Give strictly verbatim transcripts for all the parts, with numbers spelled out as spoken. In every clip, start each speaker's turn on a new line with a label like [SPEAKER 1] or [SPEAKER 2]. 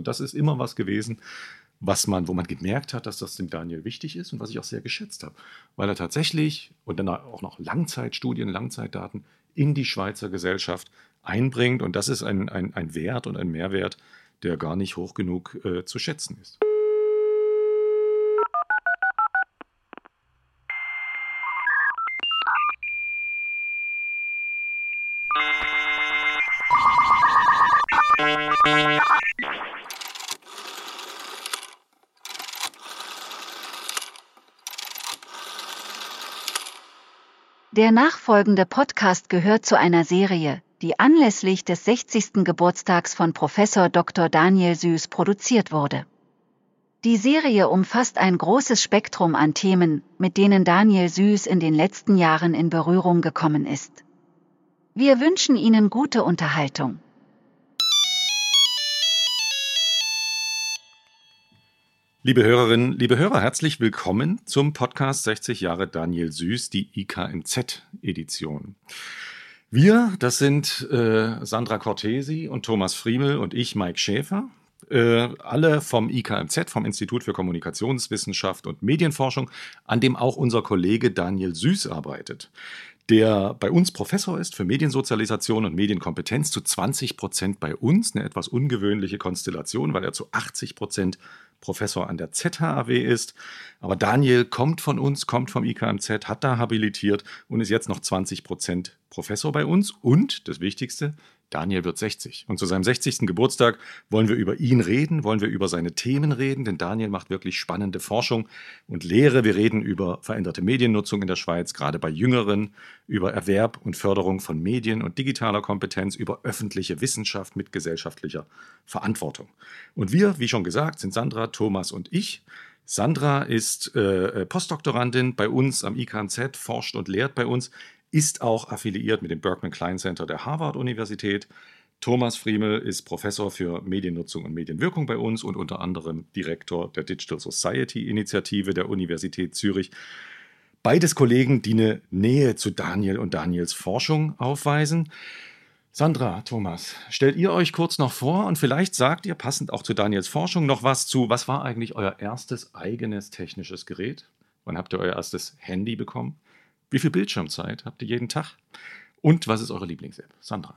[SPEAKER 1] Und das ist immer was gewesen, was man, wo man gemerkt hat, dass das dem Daniel wichtig ist und was ich auch sehr geschätzt habe, weil er tatsächlich und dann auch noch Langzeitstudien, Langzeitdaten in die Schweizer Gesellschaft einbringt. Und das ist ein, ein, ein Wert und ein Mehrwert, der gar nicht hoch genug äh, zu schätzen ist.
[SPEAKER 2] Der nachfolgende Podcast gehört zu einer Serie, die anlässlich des sechzigsten Geburtstags von Professor Doktor Daniel Süss produziert wurde. Die Serie umfasst ein großes Spektrum an Themen, mit denen Daniel Süss in den letzten Jahren in Berührung gekommen ist. Wir wünschen Ihnen gute Unterhaltung.
[SPEAKER 1] Liebe Hörerinnen, liebe Hörer, herzlich willkommen zum Podcast sechzig Jahre Daniel Süss, die I K M Z-Edition. Wir, das sind äh, Sandra Cortesi und Thomas Friemel und ich, Mike Schäfer, äh, alle vom I K M Z, vom Institut für Kommunikationswissenschaft und Medienforschung, an dem auch unser Kollege Daniel Süss arbeitet, der bei uns Professor ist für Mediensozialisation und Medienkompetenz, zu zwanzig Prozent bei uns, eine etwas ungewöhnliche Konstellation, weil er zu achtzig Prozent Professor an der Z H A W ist. Aber Daniel kommt von uns, kommt vom I K M Z, hat da habilitiert und ist jetzt noch zwanzig Prozent Professor bei uns. Und das Wichtigste, Daniel wird sechzig. Und zu seinem sechzigsten Geburtstag wollen wir über ihn reden, wollen wir über seine Themen reden, denn Daniel macht wirklich spannende Forschung und Lehre. Wir reden über veränderte Mediennutzung in der Schweiz, gerade bei Jüngeren, über Erwerb und Förderung von Medien und digitaler Kompetenz, über öffentliche Wissenschaft mit gesellschaftlicher Verantwortung. Und wir, wie schon gesagt, sind Sandra, Thomas und ich. Sandra ist äh, Postdoktorandin bei uns am I K M Z, forscht und lehrt bei uns, ist auch affiliiert mit dem Berkman Klein Center der Harvard-Universität. Thomas Friemel ist Professor für Mediennutzung und Medienwirkung bei uns und unter anderem Direktor der Digital Society-Initiative der Universität Zürich. Beides Kollegen, die eine Nähe zu Daniel und Daniels Forschung aufweisen. Sandra, Thomas, stellt ihr euch kurz noch vor und vielleicht sagt ihr, passend auch zu Daniels Forschung, noch was zu, was war eigentlich euer erstes eigenes technisches Gerät? Wann habt ihr euer erstes Handy bekommen? Wie viel Bildschirmzeit habt ihr jeden Tag? Und was ist eure Lieblings-App? Sandra.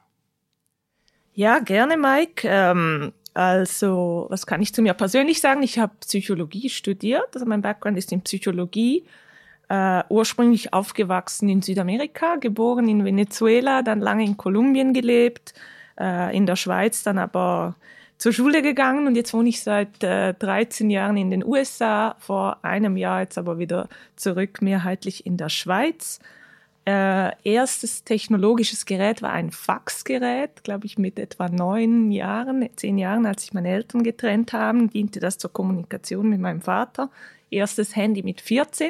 [SPEAKER 3] Ja, gerne, Mike. Ähm, also, was kann ich zu mir persönlich sagen? Ich habe Psychologie studiert. Also mein Background ist in Psychologie. Äh, ursprünglich aufgewachsen in Südamerika, geboren in Venezuela, dann lange in Kolumbien gelebt, äh, in der Schweiz, dann aber zur Schule gegangen und jetzt wohne ich seit äh, dreizehn Jahren in den U S A, vor einem Jahr jetzt aber wieder zurück, mehrheitlich in der Schweiz. Äh, erstes technologisches Gerät war ein Faxgerät, glaube ich mit etwa neun Jahren, zehn Jahren, als sich meine Eltern getrennt haben, diente das zur Kommunikation mit meinem Vater. Erstes Handy mit vierzehn.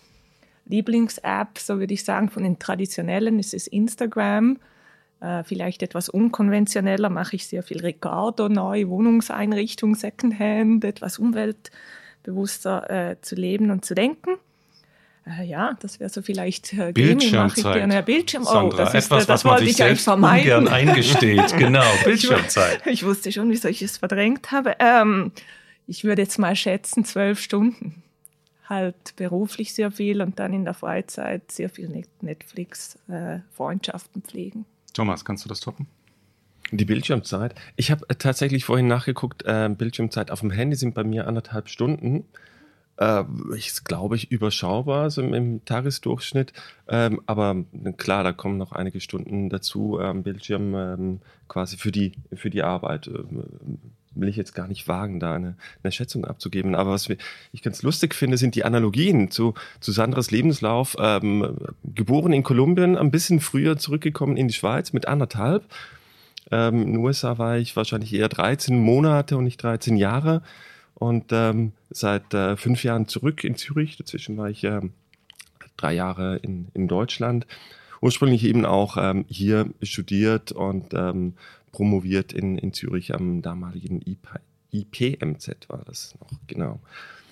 [SPEAKER 3] Lieblings-App, so würde ich sagen, von den traditionellen ist es Instagram. Äh, vielleicht etwas unkonventioneller, mache ich sehr viel Ricardo neu, Wohnungseinrichtung, Secondhand, etwas umweltbewusster äh, zu leben und zu denken. Äh, ja, das wäre so vielleicht äh,
[SPEAKER 1] Bildschirmzeit.
[SPEAKER 3] Mache ich gerne. Bildschirm, oh,
[SPEAKER 1] Sandra,
[SPEAKER 3] das ist,
[SPEAKER 1] etwas,
[SPEAKER 3] das
[SPEAKER 1] was man
[SPEAKER 3] wollte
[SPEAKER 1] sich
[SPEAKER 3] ich eigentlich
[SPEAKER 1] selbst
[SPEAKER 3] vermeiden.
[SPEAKER 1] ungern eingesteht. Genau, Bildschirmzeit.
[SPEAKER 3] Ich, ich wusste schon, wieso ich es verdrängt habe. Ähm, ich würde jetzt mal schätzen, zwölf Stunden. Halt beruflich sehr viel und dann in der Freizeit sehr viel Netflix, äh, Freundschaften pflegen.
[SPEAKER 1] Thomas, kannst du das toppen?
[SPEAKER 4] Die Bildschirmzeit. Ich habe tatsächlich vorhin nachgeguckt, äh, Bildschirmzeit auf dem Handy sind bei mir anderthalb Stunden. Äh, ich glaube ich überschaubar, so im, im Tagesdurchschnitt. Ähm, aber klar, da kommen noch einige Stunden dazu, ähm, Bildschirm ähm, quasi für die, für die Arbeit. Ähm, will ich jetzt gar nicht wagen, da eine, eine Schätzung abzugeben. Aber was ich ganz lustig finde, sind die Analogien zu, zu Sandras Lebenslauf. Ähm, geboren in Kolumbien, ein bisschen früher zurückgekommen in die Schweiz mit anderthalb. Ähm, in den U S A war ich wahrscheinlich eher dreizehn Monate und nicht dreizehn Jahre. Und ähm, seit äh, fünf Jahren zurück in Zürich. Dazwischen war ich ähm, drei Jahre in, in Deutschland. Ursprünglich eben auch ähm, hier studiert und ähm, promoviert in, in Zürich am damaligen I P M Z war das noch, genau.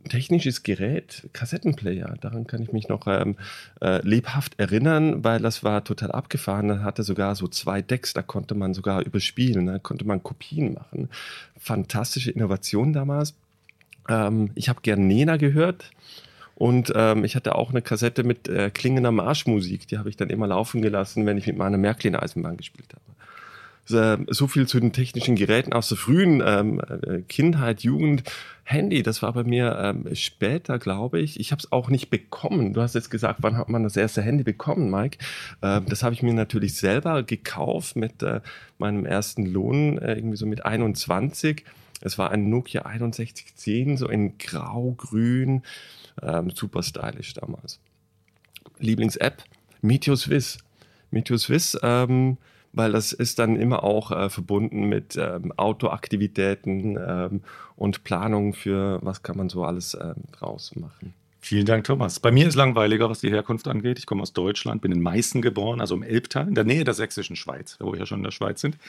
[SPEAKER 4] technisches Gerät, Kassettenplayer, daran kann ich mich noch ähm, äh, lebhaft erinnern, weil das war total abgefahren. Das hatte sogar so zwei Decks, da konnte man sogar überspielen, da konnte man Kopien machen. Fantastische Innovation damals. Ähm, ich habe gern Nena gehört. Und ähm, ich hatte auch eine Kassette mit äh, klingender Marschmusik, die habe ich dann immer laufen gelassen, wenn ich mit meiner Märklin-Eisenbahn gespielt habe. So, so viel zu den technischen Geräten aus der frühen ähm, Kindheit, Jugend. Handy, das war bei mir ähm, später, glaube ich. Ich habe es auch nicht bekommen. Du hast jetzt gesagt, wann hat man das erste Handy bekommen, Mike? Ähm, das habe ich mir natürlich selber gekauft mit äh, meinem ersten Lohn, äh, irgendwie so mit einundzwanzig. Es war ein Nokia einundsechzig zehn, so in grau-grün. Ähm, super stylisch damals. Lieblings-App? Meteoswiss. Meteoswiss, ähm, weil das ist dann immer auch äh, verbunden mit ähm, Outdoor-Aktivitäten ähm, und Planung für, was kann man so alles ähm, draus machen.
[SPEAKER 1] Vielen Dank, Thomas. Bei mir ist langweiliger, was die Herkunft angeht. Ich komme aus Deutschland, bin in Meißen geboren, also im Elbtal, in der Nähe der sächsischen Schweiz, wo wir ja schon in der Schweiz sind.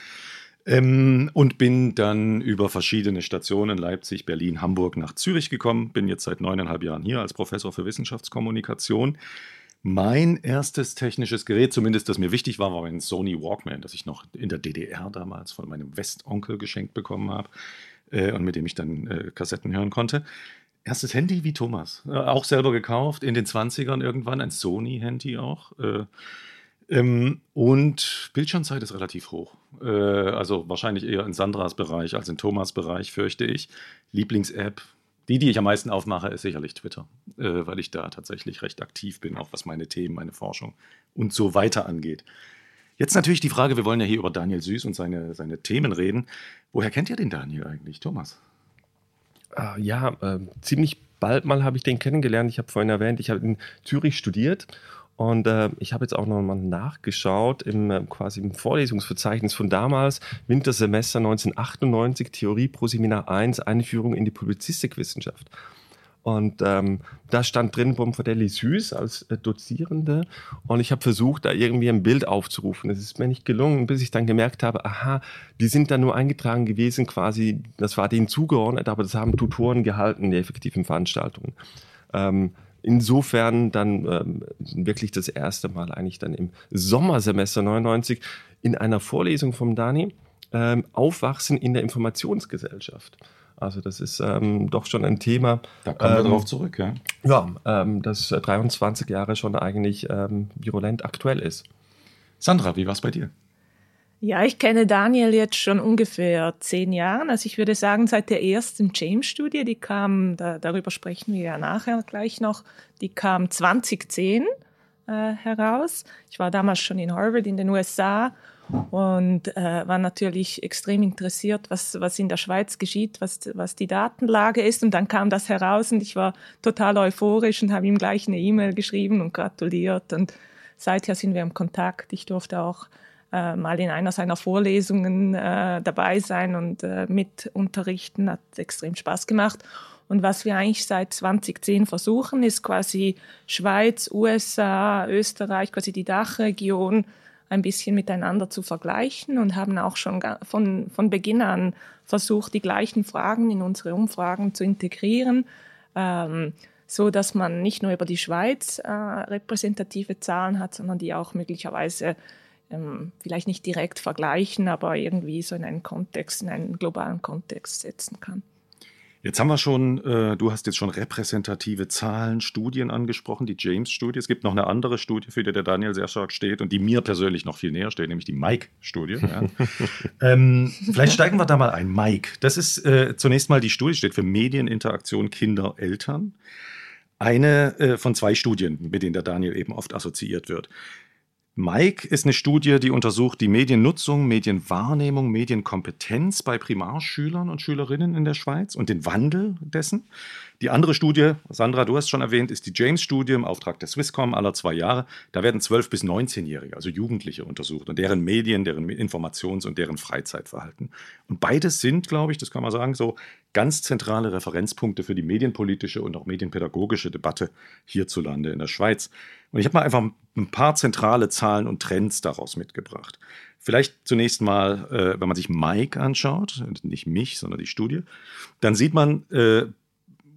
[SPEAKER 1] Ähm, und bin dann über verschiedene Stationen, Leipzig, Berlin, Hamburg, nach Zürich gekommen. Bin jetzt seit neuneinhalb Jahren hier als Professor für Wissenschaftskommunikation. Mein erstes technisches Gerät, zumindest das mir wichtig war, war ein Sony Walkman, das ich noch in der D D R damals von meinem Westonkel geschenkt bekommen habe äh, und mit dem ich dann äh, Kassetten hören konnte. Erstes Handy wie Thomas, äh, auch selber gekauft, in den zwanzigern irgendwann, ein Sony-Handy auch. Äh, Ähm, und Bildschirmzeit ist relativ hoch. Äh, also wahrscheinlich eher in Sandras Bereich als in Thomas Bereich, fürchte ich. Lieblings-App, die, die ich am meisten aufmache, ist sicherlich Twitter, äh, weil ich da tatsächlich recht aktiv bin, auch was meine Themen, meine Forschung und so weiter angeht. Jetzt natürlich die Frage, wir wollen ja hier über Daniel Süß und seine, seine Themen reden. Woher kennt ihr den Daniel eigentlich, Thomas?
[SPEAKER 4] Äh, ja, äh, ziemlich bald mal habe ich den kennengelernt. Ich habe vorhin erwähnt, ich habe in Zürich studiert. Und äh, ich habe jetzt auch noch mal nachgeschaut im äh, quasi im Vorlesungsverzeichnis von damals, Wintersemester neunzehnhundertachtundneunzig, Theorie pro Seminar eins, Einführung in die Publizistikwissenschaft. Und ähm, da stand drin Bomfardelli Süß als äh, Dozierende und ich habe versucht, da irgendwie ein Bild aufzurufen. Es ist mir nicht gelungen, bis ich dann gemerkt habe, aha, die sind da nur eingetragen gewesen quasi, das war denen zugeordnet, aber das haben Tutoren gehalten, die effektiven Veranstaltungen. Ähm, Insofern dann ähm, wirklich das erste Mal eigentlich dann im Sommersemester neunundneunzig in einer Vorlesung vom Dani ähm, Aufwachsen in der Informationsgesellschaft. Also das ist ähm, doch schon ein Thema.
[SPEAKER 1] Da kommen wir
[SPEAKER 4] ähm,
[SPEAKER 1] drauf zurück, ja.
[SPEAKER 4] Ja, ähm, das dreiundzwanzig Jahre schon eigentlich ähm, virulent aktuell ist.
[SPEAKER 1] Sandra, wie war es bei dir?
[SPEAKER 3] Ja, ich kenne Daniel jetzt schon ungefähr zehn Jahre. Also ich würde sagen, seit der ersten James-Studie, die kam, da, darüber sprechen wir ja nachher gleich noch, die kam zweitausendzehn äh, heraus. Ich war damals schon in Harvard in den U S A und äh, war natürlich extrem interessiert, was, was in der Schweiz geschieht, was, was die Datenlage ist. Und dann kam das heraus und ich war total euphorisch und habe ihm gleich eine E-Mail geschrieben und gratuliert. Und seither sind wir im Kontakt. Ich durfte auch Äh, mal in einer seiner Vorlesungen äh, dabei sein und äh, mit unterrichten, hat extrem Spaß gemacht. Und was wir eigentlich seit zweitausendzehn versuchen, ist quasi Schweiz, U S A, Österreich, quasi die Dachregion ein bisschen miteinander zu vergleichen und haben auch schon von, von Beginn an versucht, die gleichen Fragen in unsere Umfragen zu integrieren, ähm, so dass man nicht nur über die Schweiz äh, repräsentative Zahlen hat, sondern die auch möglicherweise Ähm, vielleicht nicht direkt vergleichen, aber irgendwie so in einen Kontext, in einen globalen Kontext setzen kann.
[SPEAKER 1] Jetzt haben wir schon, äh, du hast jetzt schon repräsentative Zahlen, Studien angesprochen, die James-Studie. Es gibt noch eine andere Studie, für die der Daniel sehr stark steht und die mir persönlich noch viel näher steht, nämlich die Mike-Studie. Ja. ähm, vielleicht steigen wir da mal ein. Mike, das ist äh, zunächst mal die Studie, steht für Medieninteraktion Kinder, Eltern. Eine äh, von zwei Studien, mit denen der Daniel eben oft assoziiert wird. Mike ist eine Studie, die untersucht die Mediennutzung, Medienwahrnehmung, Medienkompetenz bei Primarschülern und Schülerinnen in der Schweiz und den Wandel dessen. Die andere Studie, Sandra, du hast schon erwähnt, ist die James-Studie im Auftrag der Swisscom aller zwei Jahre. Da werden zwölf- bis neunzehnjährige, also Jugendliche, untersucht und deren Medien, deren Informations- und deren Freizeitverhalten. Und beides sind, glaube ich, das kann man sagen, so ganz zentrale Referenzpunkte für die medienpolitische und auch medienpädagogische Debatte hierzulande in der Schweiz. Und ich habe mal einfach ein paar zentrale Zahlen und Trends daraus mitgebracht. Vielleicht zunächst mal, äh, wenn man sich Mike anschaut, nicht mich, sondern die Studie, dann sieht man, äh,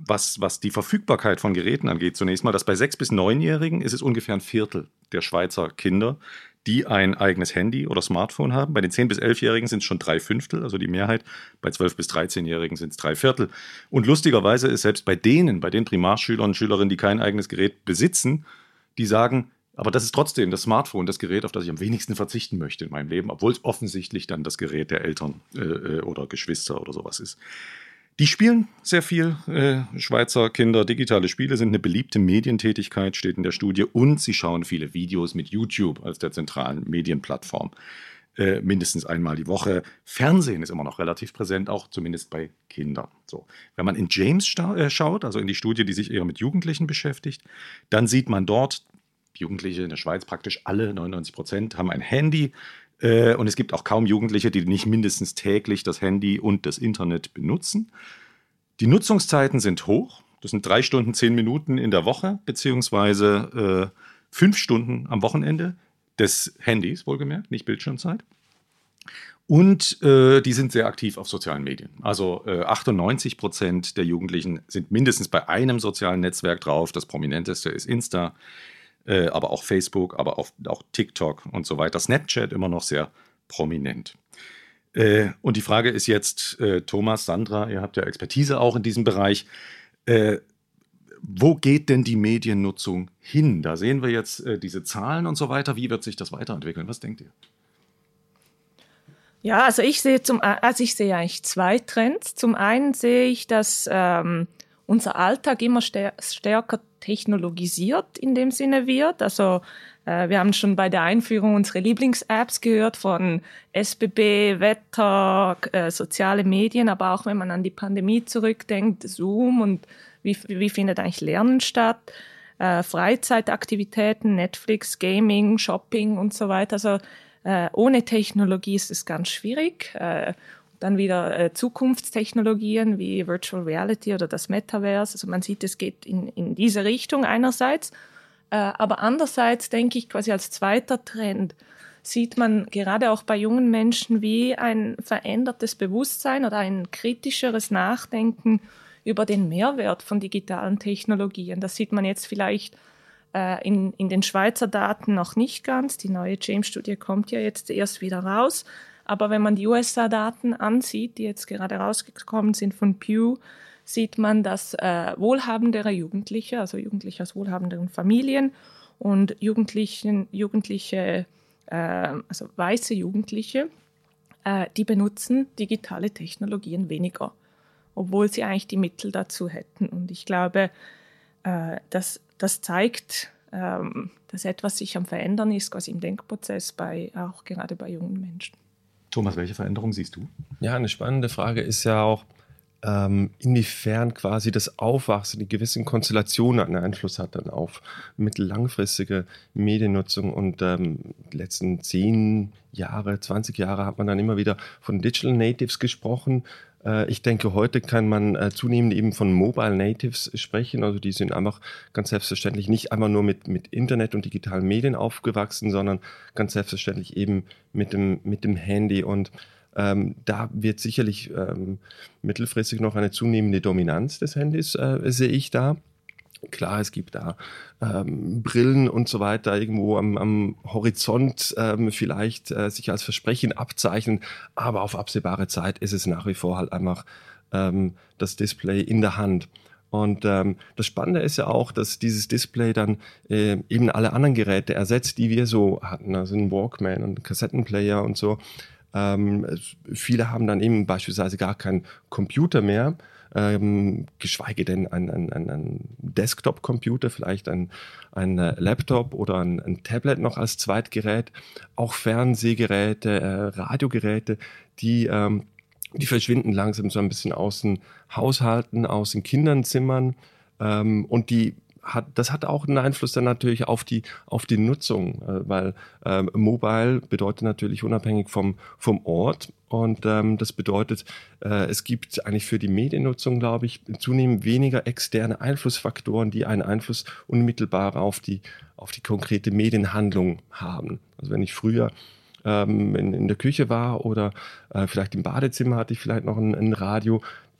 [SPEAKER 1] was, was die Verfügbarkeit von Geräten angeht, zunächst mal, dass bei sechs- bis neunjährigen ist es ungefähr ein Viertel der Schweizer Kinder, die ein eigenes Handy oder Smartphone haben. Bei den zehn- bis elfjährigen sind es schon drei Fünftel, also die Mehrheit. Bei zwölf- bis dreizehnjährigen sind es drei Viertel. Und lustigerweise ist selbst bei denen, bei den Primarschülern und Schülerinnen, die kein eigenes Gerät besitzen, die sagen, aber das ist trotzdem das Smartphone, das Gerät, auf das ich am wenigsten verzichten möchte in meinem Leben, obwohl es offensichtlich dann das Gerät der Eltern äh, oder Geschwister oder sowas ist. Die spielen sehr viel, äh, Schweizer Kinder. Digitale Spiele sind eine beliebte Medientätigkeit, steht in der Studie. Und sie schauen viele Videos mit YouTube als der zentralen Medienplattform. Äh, mindestens einmal die Woche. Fernsehen ist immer noch relativ präsent, auch zumindest bei Kindern. So. Wenn man in James sta- äh, schaut, also in die Studie, die sich eher mit Jugendlichen beschäftigt, dann sieht man dort, Jugendliche in der Schweiz, praktisch alle, neunundneunzig Prozent, haben ein Handy. Und es gibt auch kaum Jugendliche, die nicht mindestens täglich das Handy und das Internet benutzen. Die Nutzungszeiten sind hoch. Das sind drei Stunden, zehn Minuten in der Woche, beziehungsweise äh, fünf Stunden am Wochenende des Handys, wohlgemerkt, nicht Bildschirmzeit. Und äh, die sind sehr aktiv auf sozialen Medien. Also äh, achtundneunzig Prozent der Jugendlichen sind mindestens bei einem sozialen Netzwerk drauf. Das prominenteste ist Insta. Äh, aber auch Facebook, aber auch, auch TikTok und so weiter. Snapchat immer noch sehr prominent. Äh, und die Frage ist jetzt, äh, Thomas, Sandra, ihr habt ja Expertise auch in diesem Bereich. Äh, wo geht denn die Mediennutzung hin? Da sehen wir jetzt äh, diese Zahlen und so weiter. Wie wird sich das weiterentwickeln? Was denkt ihr?
[SPEAKER 3] Ja, also ich sehe zum, also ich sehe eigentlich zwei Trends. Zum einen sehe ich, dass ähm, unser Alltag immer stär- stärker technologisiert in dem Sinne wird. Also äh, wir haben schon bei der Einführung unsere Lieblings-Apps gehört von S B B, Wetter, äh, soziale Medien, aber auch wenn man an die Pandemie zurückdenkt, Zoom und wie, wie findet eigentlich Lernen statt, äh, Freizeitaktivitäten, Netflix, Gaming, Shopping und so weiter. Also äh, ohne Technologie ist es ganz schwierig. Äh, Dann wieder äh, Zukunftstechnologien wie Virtual Reality oder das Metaverse. Also man sieht, es geht in, in diese Richtung einerseits. Äh, aber andererseits denke ich quasi als zweiter Trend sieht man gerade auch bei jungen Menschen wie ein verändertes Bewusstsein oder ein kritischeres Nachdenken über den Mehrwert von digitalen Technologien. Das sieht man jetzt vielleicht äh, in, in den Schweizer Daten noch nicht ganz. Die neue James-Studie kommt ja jetzt erst wieder raus. Aber wenn man die U S A-Daten ansieht, die jetzt gerade rausgekommen sind von Pew, sieht man, dass äh, wohlhabendere Jugendliche, also Jugendliche aus wohlhabenderen Familien und Jugendlichen, Jugendliche, äh, also weiße Jugendliche, äh, die benutzen digitale Technologien weniger, obwohl sie eigentlich die Mittel dazu hätten. Und ich glaube, äh, das, das zeigt, ähm, dass etwas sich am Verändern ist, quasi im Denkprozess, bei, auch gerade bei jungen Menschen.
[SPEAKER 1] Thomas, welche Veränderung siehst du?
[SPEAKER 4] Ja, eine spannende Frage ist ja auch, ähm, inwiefern quasi das Aufwachsen in gewissen Konstellationen einen Einfluss hat dann auf mittellangfristige Mediennutzung. Und ähm, die letzten zehn Jahre, zwanzig Jahre hat man dann immer wieder von Digital Natives gesprochen. Äh, ich denke, heute kann man äh, zunehmend eben von Mobile Natives sprechen. Also die sind einfach ganz selbstverständlich nicht einmal nur mit, mit Internet und digitalen Medien aufgewachsen, sondern ganz selbstverständlich eben mit dem, mit dem Handy. Und Ähm, da wird sicherlich ähm, mittelfristig noch eine zunehmende Dominanz des Handys, äh, sehe ich da. Klar, es gibt da ähm, Brillen und so weiter irgendwo am, am Horizont ähm, vielleicht äh, sich als Versprechen abzeichnen, aber auf absehbare Zeit ist es nach wie vor halt einfach ähm, das Display in der Hand. Und ähm, das Spannende ist ja auch, dass dieses Display dann äh, eben alle anderen Geräte ersetzt, die wir so hatten, also ein Walkman und ein Kassettenplayer und so. Ähm, viele haben dann eben beispielsweise gar keinen Computer mehr, ähm, geschweige denn ein, ein, ein, ein Desktop-Computer, vielleicht ein, ein Laptop oder ein, ein Tablet noch als Zweitgerät, auch Fernsehgeräte, äh, Radiogeräte, die, ähm, die verschwinden langsam so ein bisschen aus den Haushalten, aus den Kinderzimmern, ähm, und die Hat, das hat auch einen Einfluss dann natürlich auf die, auf die Nutzung, äh, weil ähm, Mobile bedeutet natürlich unabhängig vom, vom Ort, und ähm, das bedeutet, äh, es gibt eigentlich für die Mediennutzung, glaube ich, zunehmend weniger externe Einflussfaktoren, die einen Einfluss unmittelbar auf die, auf die konkrete Medienhandlung haben. Also wenn ich früher ähm, in, in der Küche war oder äh, vielleicht im Badezimmer hatte ich vielleicht noch ein, ein Radio,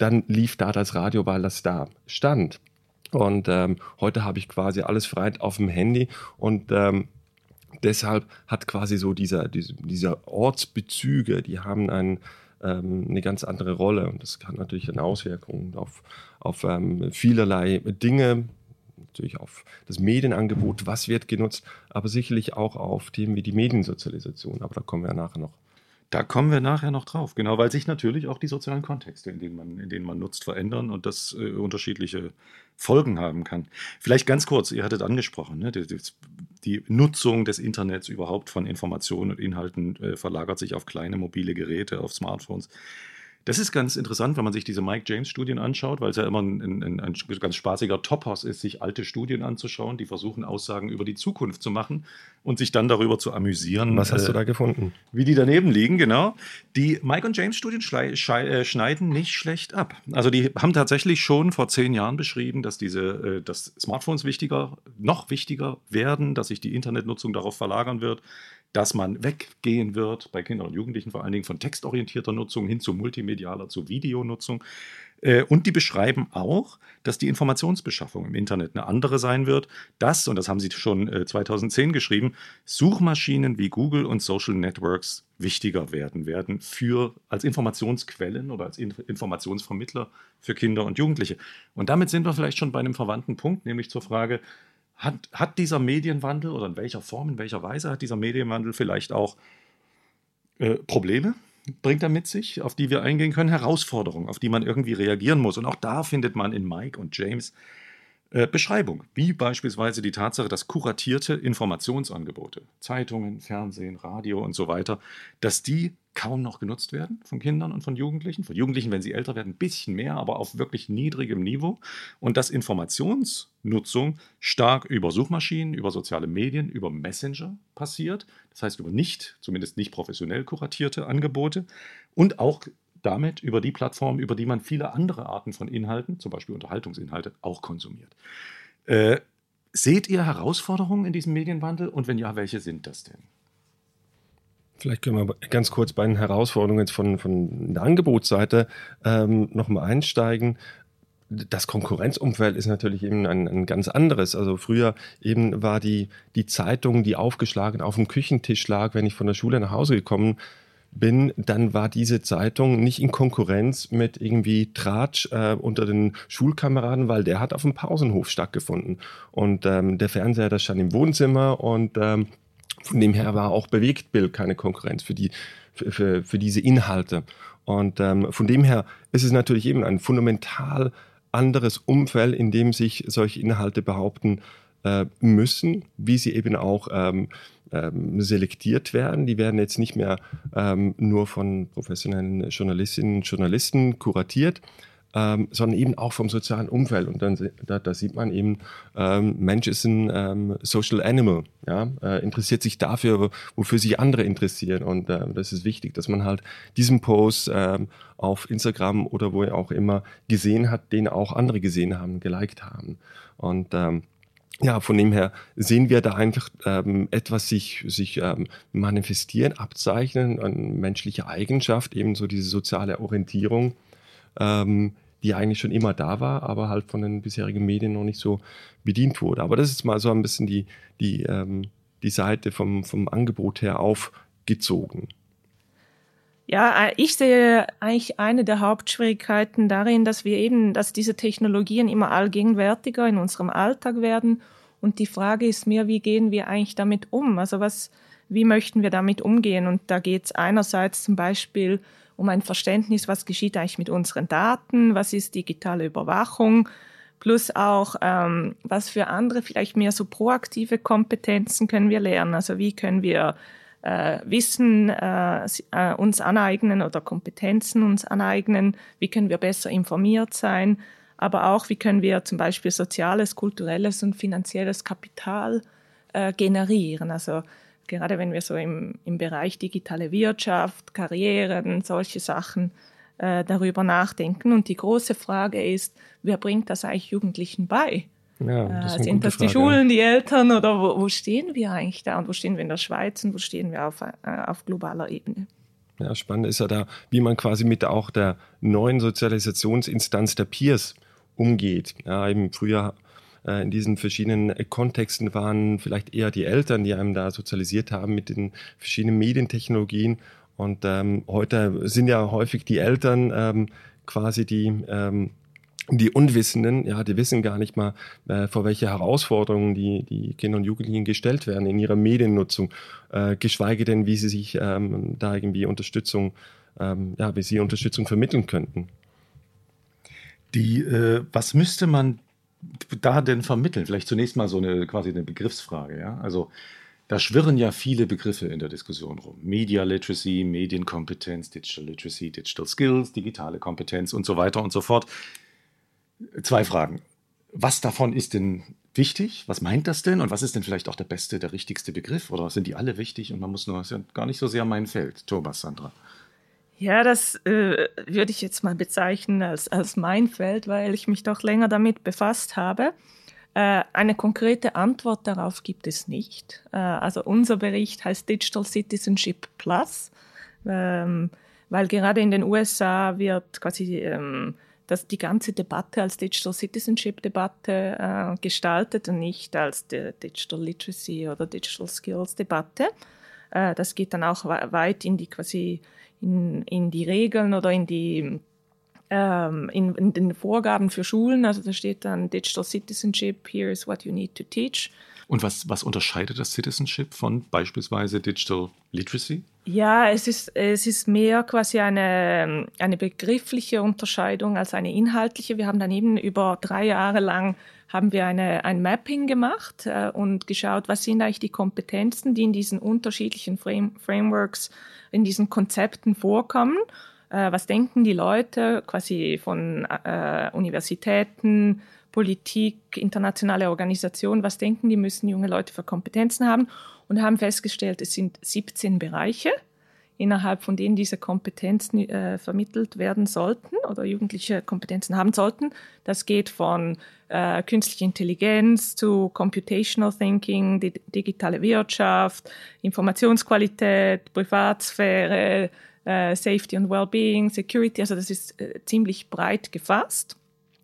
[SPEAKER 4] dann lief da das Radio, weil das da stand. Und ähm, heute habe ich quasi alles frei auf dem Handy und ähm, deshalb hat quasi so dieser, diese, dieser Ortsbezüge, die haben einen, ähm, eine ganz andere Rolle und das hat natürlich eine Auswirkung auf, auf ähm, vielerlei Dinge, natürlich auf das Medienangebot, was wird genutzt, aber sicherlich auch auf Themen wie die Mediensozialisation, aber da kommen wir ja nachher noch.
[SPEAKER 1] Da kommen wir nachher noch drauf, genau, weil sich natürlich auch die sozialen Kontexte, in denen man, in denen man nutzt, verändern und das äh, unterschiedliche Folgen haben kann. Vielleicht ganz kurz, ihr hattet angesprochen, ne, die, die Nutzung des Internets überhaupt von Informationen und Inhalten äh, verlagert sich auf kleine mobile Geräte, auf Smartphones. Das ist ganz interessant, wenn man sich diese Mike James-Studien anschaut, weil es ja immer ein, ein, ein ganz spaßiger Topos ist, sich alte Studien anzuschauen, die versuchen, Aussagen über die Zukunft zu machen und sich dann darüber zu amüsieren.
[SPEAKER 4] Was hast
[SPEAKER 1] äh,
[SPEAKER 4] du da gefunden?
[SPEAKER 1] Wie die daneben liegen, genau. Die Mike und James-Studien schlei- schei- äh, schneiden nicht schlecht ab. Also die haben tatsächlich schon vor zehn Jahren beschrieben, dass, diese, äh, dass Smartphones wichtiger, noch wichtiger werden, dass sich die Internetnutzung darauf verlagern wird, dass man weggehen wird, bei Kindern und Jugendlichen vor allen Dingen, von textorientierter Nutzung hin zu multimedialer, zu Videonutzung. Und die beschreiben auch, dass die Informationsbeschaffung im Internet eine andere sein wird. Dass, und das haben sie schon zweitausendzehn geschrieben, Suchmaschinen wie Google und Social Networks wichtiger werden werden für, als Informationsquellen oder als Informationsvermittler für Kinder und Jugendliche. Und damit sind wir vielleicht schon bei einem verwandten Punkt, nämlich zur Frage, Hat, hat dieser Medienwandel oder in welcher Form, in welcher Weise hat dieser Medienwandel vielleicht auch äh, Probleme, bringt er mit sich, auf die wir eingehen können, Herausforderungen, auf die man irgendwie reagieren muss. Und auch da findet man in Mike und James äh, Beschreibung, wie beispielsweise die Tatsache, dass kuratierte Informationsangebote, Zeitungen, Fernsehen, Radio und so weiter, dass die kaum noch genutzt werden von Kindern und von Jugendlichen. Von Jugendlichen, wenn sie älter werden, ein bisschen mehr, aber auf wirklich niedrigem Niveau. Und dass Informationsnutzung stark über Suchmaschinen, über soziale Medien, über Messenger passiert. Das heißt über nicht, zumindest nicht professionell kuratierte Angebote. Und auch damit über die Plattform, über die man viele andere Arten von Inhalten, zum Beispiel Unterhaltungsinhalte, auch konsumiert. Äh, seht ihr Herausforderungen in diesem Medienwandel? Und wenn ja, welche sind das denn?
[SPEAKER 4] Vielleicht können wir ganz kurz bei den Herausforderungen jetzt von, von der Angebotsseite ähm, nochmal einsteigen. Das Konkurrenzumfeld ist natürlich eben ein, ein ganz anderes. Also früher eben war die, die Zeitung, die aufgeschlagen auf dem Küchentisch lag, wenn ich von der Schule nach Hause gekommen bin, dann war diese Zeitung nicht in Konkurrenz mit irgendwie Tratsch äh, unter den Schulkameraden, weil der hat auf dem Pausenhof stattgefunden. Und ähm, der Fernseher, das stand im Wohnzimmer und ähm, von dem her war auch Bewegtbild keine Konkurrenz für, die, für, für, für diese Inhalte. Und ähm, von dem her ist es natürlich eben ein fundamental anderes Umfeld, in dem sich solche Inhalte behaupten äh, müssen, wie sie eben auch ähm, ähm, selektiert werden. Die werden jetzt nicht mehr ähm, nur von professionellen Journalistinnen und Journalisten kuratiert, Ähm, sondern eben auch vom sozialen Umfeld. Und dann da, da sieht man eben, ähm, Mensch ist ein ähm, Social Animal, ja, äh, interessiert sich dafür, wofür sich andere interessieren. Und äh, das ist wichtig, dass man halt diesen Post ähm, auf Instagram oder wo er auch immer gesehen hat, den auch andere gesehen haben, geliked haben. Und ähm, ja, von dem her sehen wir da einfach ähm, etwas sich, sich ähm, manifestieren, abzeichnen, eine menschliche Eigenschaft, eben so diese soziale Orientierung, ähm, die eigentlich schon immer da war, aber halt von den bisherigen Medien noch nicht so bedient wurde. Aber das ist mal so ein bisschen die, die, ähm, die Seite vom, vom Angebot her aufgezogen.
[SPEAKER 3] Ja, ich sehe eigentlich eine der Hauptschwierigkeiten darin, dass wir eben, dass diese Technologien immer allgegenwärtiger in unserem Alltag werden. Und die Frage ist mir, wie gehen wir eigentlich damit um? Also was, wie möchten wir damit umgehen? Und da geht es einerseits zum Beispiel um ein Verständnis, was geschieht eigentlich mit unseren Daten, was ist digitale Überwachung, plus auch, ähm, was für andere vielleicht mehr so proaktive Kompetenzen können wir lernen. Also wie können wir äh, Wissen äh, äh, uns aneignen oder Kompetenzen uns aneignen, wie können wir besser informiert sein, aber auch wie können wir zum Beispiel soziales, kulturelles und finanzielles Kapital äh, generieren. Also gerade wenn wir so im, im Bereich digitale Wirtschaft, Karrieren, solche Sachen äh, darüber nachdenken. Und die große Frage ist, wer bringt das eigentlich Jugendlichen bei?
[SPEAKER 4] Ja, das ist eine
[SPEAKER 3] äh, sind
[SPEAKER 4] gute
[SPEAKER 3] das die
[SPEAKER 4] Frage.
[SPEAKER 3] Schulen, die Eltern oder wo, wo stehen wir eigentlich da? Und wo stehen wir in der Schweiz und wo stehen wir auf, äh, auf globaler Ebene?
[SPEAKER 4] Ja, spannend ist ja da, wie man quasi mit auch der neuen Sozialisationsinstanz der Peers umgeht. Ja, eben früher äh, in diesen verschiedenen Kontexten waren vielleicht eher die Eltern, die einem da sozialisiert haben mit den verschiedenen Medientechnologien. Und ähm, heute sind ja häufig die Eltern ähm, quasi die, ähm, die Unwissenden, ja, die wissen gar nicht mal, äh, vor welche Herausforderungen die, die Kinder und Jugendlichen gestellt werden in ihrer Mediennutzung, äh, geschweige denn, wie sie sich ähm, da irgendwie Unterstützung, ähm, ja, wie sie Unterstützung vermitteln könnten.
[SPEAKER 1] Die, äh, was müsste man da denn vermitteln? Vielleicht zunächst mal so eine quasi eine Begriffsfrage, ja. Also da schwirren ja viele Begriffe in der Diskussion rum. Media Literacy, Medienkompetenz, Digital Literacy, Digital Skills, digitale Kompetenz und so weiter und so fort. Zwei Fragen. Was davon ist denn wichtig? Was meint das denn? Und was ist denn vielleicht auch der beste, der richtigste Begriff? Oder sind die alle wichtig und man muss nur, das ist ja gar nicht so sehr mein Feld. Thomas, Sandra.
[SPEAKER 3] Ja, das äh, würde ich jetzt mal bezeichnen als, als mein Feld, weil ich mich doch länger damit befasst habe. Äh, eine konkrete Antwort darauf gibt es nicht. Äh, also unser Bericht heißt Digital Citizenship Plus, ähm, weil gerade in den U S A wird quasi ähm, das, die ganze Debatte als Digital Citizenship Debatte äh, gestaltet und nicht als Digital Literacy oder Digital Skills Debatte. Äh, das geht dann auch weit in die quasi in, in die Regeln oder in die ähm, in, in den Vorgaben für Schulen. Also da steht dann Digital Citizenship, here is what you need to teach.
[SPEAKER 1] Und was, was unterscheidet das Citizenship von beispielsweise Digital Literacy?
[SPEAKER 3] Ja, es ist, es ist mehr quasi eine, eine begriffliche Unterscheidung als eine inhaltliche. Wir haben dann eben über drei Jahre lang haben wir eine, ein Mapping gemacht äh, und geschaut, was sind eigentlich die Kompetenzen, die in diesen unterschiedlichen Frame, Frameworks, in diesen Konzepten vorkommen. Äh, was denken die Leute quasi von äh, Universitäten, Politik, internationale Organisationen, was denken die, müssen junge Leute für Kompetenzen haben, und haben festgestellt, es sind siebzehn Bereiche, innerhalb von denen diese Kompetenzen äh, vermittelt werden sollten oder Jugendliche Kompetenzen haben sollten. Das geht von äh, künstlicher Intelligenz zu Computational Thinking, die digitale Wirtschaft, Informationsqualität, Privatsphäre, äh, Safety und Wellbeing, Security. Also das ist äh, ziemlich breit gefasst.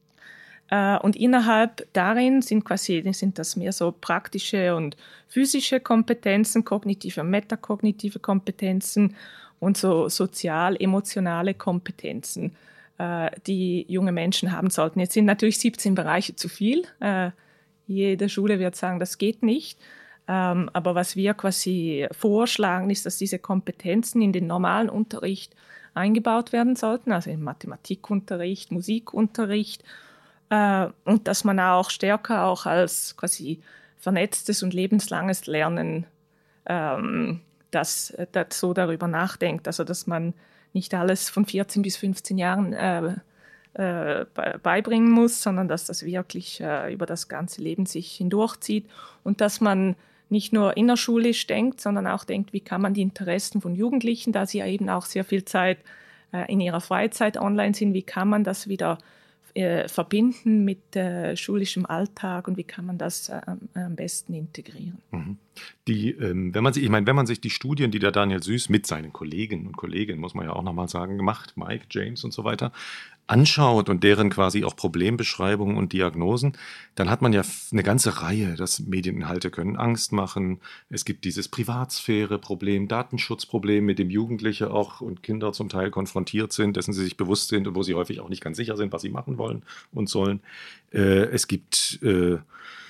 [SPEAKER 3] Und innerhalb darin sind quasi, sind das mehr so praktische und physische Kompetenzen, kognitive und metakognitive Kompetenzen und so sozial-emotionale Kompetenzen, die junge Menschen haben sollten. Jetzt sind natürlich siebzehn Bereiche zu viel. Jede Schule wird sagen, das geht nicht. Aber was wir quasi vorschlagen, ist, dass diese Kompetenzen in den normalen Unterricht eingebaut werden sollten, also im Mathematikunterricht, Musikunterricht, und dass man auch stärker auch als quasi vernetztes und lebenslanges Lernen ähm, das, das so darüber nachdenkt. Also dass man nicht alles von vierzehn bis fünfzehn Jahren äh, äh, beibringen muss, sondern dass das wirklich äh, über das ganze Leben sich hindurchzieht und dass man nicht nur innerschulisch denkt, sondern auch denkt, wie kann man die Interessen von Jugendlichen, da sie ja eben auch sehr viel Zeit äh, in ihrer Freizeit online sind, wie kann man das wieder verbinden mit äh, schulischem Alltag und wie kann man das äh, am besten integrieren.
[SPEAKER 1] Mhm. Die, ähm, wenn man sich, ich meine, wenn man sich die Studien, die der Daniel Süß mit seinen Kollegen und Kolleginnen, muss man ja auch nochmal sagen, gemacht, Mike, James und so weiter, anschaut und deren quasi auch Problembeschreibungen und Diagnosen, dann hat man ja eine ganze Reihe, dass Medieninhalte können Angst machen. Es gibt dieses Privatsphäre-Problem, Datenschutzproblem, mit dem Jugendliche auch und Kinder zum Teil konfrontiert sind, dessen sie sich bewusst sind und wo sie häufig auch nicht ganz sicher sind, was sie machen wollen und sollen. Äh, es gibt äh,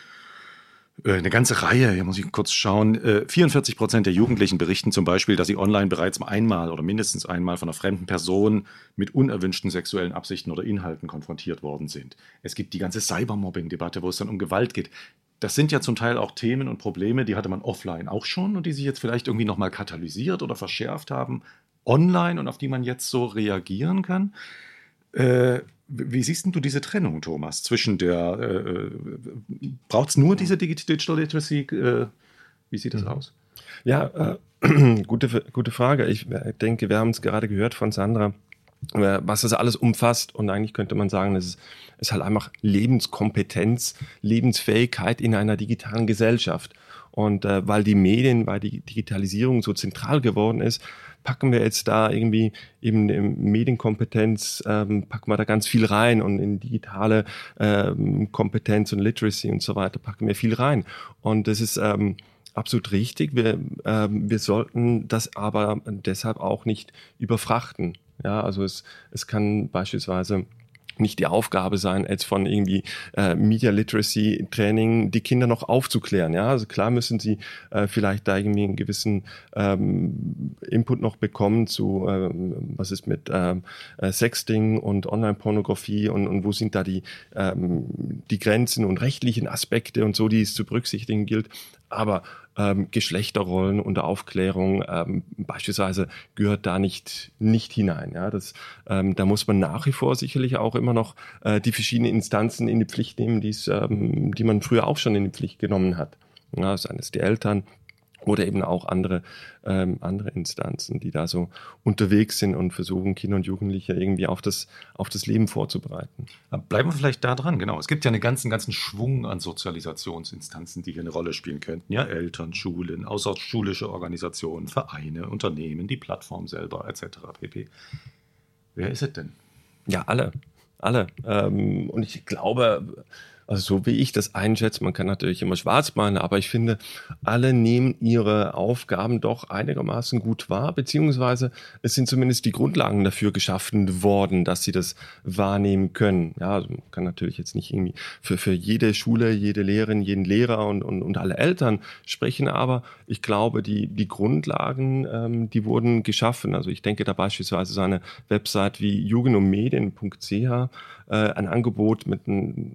[SPEAKER 1] eine ganze Reihe, hier muss ich kurz schauen, vierundvierzig Prozent der Jugendlichen berichten zum Beispiel, dass sie online bereits einmal oder mindestens einmal von einer fremden Person mit unerwünschten sexuellen Absichten oder Inhalten konfrontiert worden sind. Es gibt die ganze Cybermobbing-Debatte, wo es dann um Gewalt geht. Das sind ja zum Teil auch Themen und Probleme, die hatte man offline auch schon und die sich jetzt vielleicht irgendwie nochmal katalysiert oder verschärft haben online und auf die man jetzt so reagieren kann. Äh, Wie siehst du diese Trennung, Thomas, zwischen der, äh, braucht es nur diese Digital Literacy, äh, wie sieht das mhm. aus?
[SPEAKER 4] Ja, äh, gute, gute Frage. Ich denke, wir haben es gerade gehört von Sandra, äh, was das alles umfasst und eigentlich könnte man sagen, es ist, ist halt einfach Lebenskompetenz, Lebensfähigkeit in einer digitalen Gesellschaft. Und äh, weil die Medien, weil die Digitalisierung so zentral geworden ist, packen wir jetzt da irgendwie eben in Medienkompetenz, ähm, packen wir da ganz viel rein und in digitale ähm, Kompetenz und Literacy und so weiter packen wir viel rein. Und das ist ähm, absolut richtig. Wir, ähm, wir sollten das aber deshalb auch nicht überfrachten. Ja, also es, es kann beispielsweise nicht die Aufgabe sein, jetzt von irgendwie äh, Media Literacy Training die Kinder noch aufzuklären. Ja, also klar müssen sie äh, vielleicht da irgendwie einen gewissen ähm, Input noch bekommen zu, ähm, was ist mit ähm, äh, Sexting und Online-Pornografie und, und wo sind da die, ähm, die Grenzen und rechtlichen Aspekte und so, die es zu berücksichtigen gilt. Aber ähm, Geschlechterrollen und Aufklärung ähm, beispielsweise gehört da nicht nicht hinein. Ja, das, ähm, da muss man nach wie vor sicherlich auch immer noch äh, die verschiedenen Instanzen in die Pflicht nehmen, die's, ähm, die man früher auch schon in die Pflicht genommen hat. Ja, seien es die Eltern oder eben auch andere ähm, andere Instanzen, die da so unterwegs sind und versuchen, Kinder und Jugendliche irgendwie auf das auf das Leben vorzubereiten.
[SPEAKER 1] Bleiben wir vielleicht da dran, genau. Es gibt ja einen ganzen, ganzen Schwung an Sozialisationsinstanzen, die hier eine Rolle spielen könnten. Ja, Eltern, Schulen, außerschulische Organisationen, Vereine, Unternehmen, die Plattform selber, et cetera pp. Wer ist es denn?
[SPEAKER 4] Ja, alle. Alle. Ähm, und ich glaube, also so wie ich das einschätze, man kann natürlich immer schwarz malen, aber ich finde, alle nehmen ihre Aufgaben doch einigermaßen gut wahr, beziehungsweise es sind zumindest die Grundlagen dafür geschaffen worden, dass sie das wahrnehmen können. Ja, also man kann natürlich jetzt nicht irgendwie für, für jede Schule, jede Lehrerin, jeden Lehrer und, und, und alle Eltern sprechen, aber ich glaube, die, die Grundlagen, ähm, die wurden geschaffen. Also ich denke da beispielsweise so eine Website wie jugend und medien punkt c h, äh, ein Angebot mit einem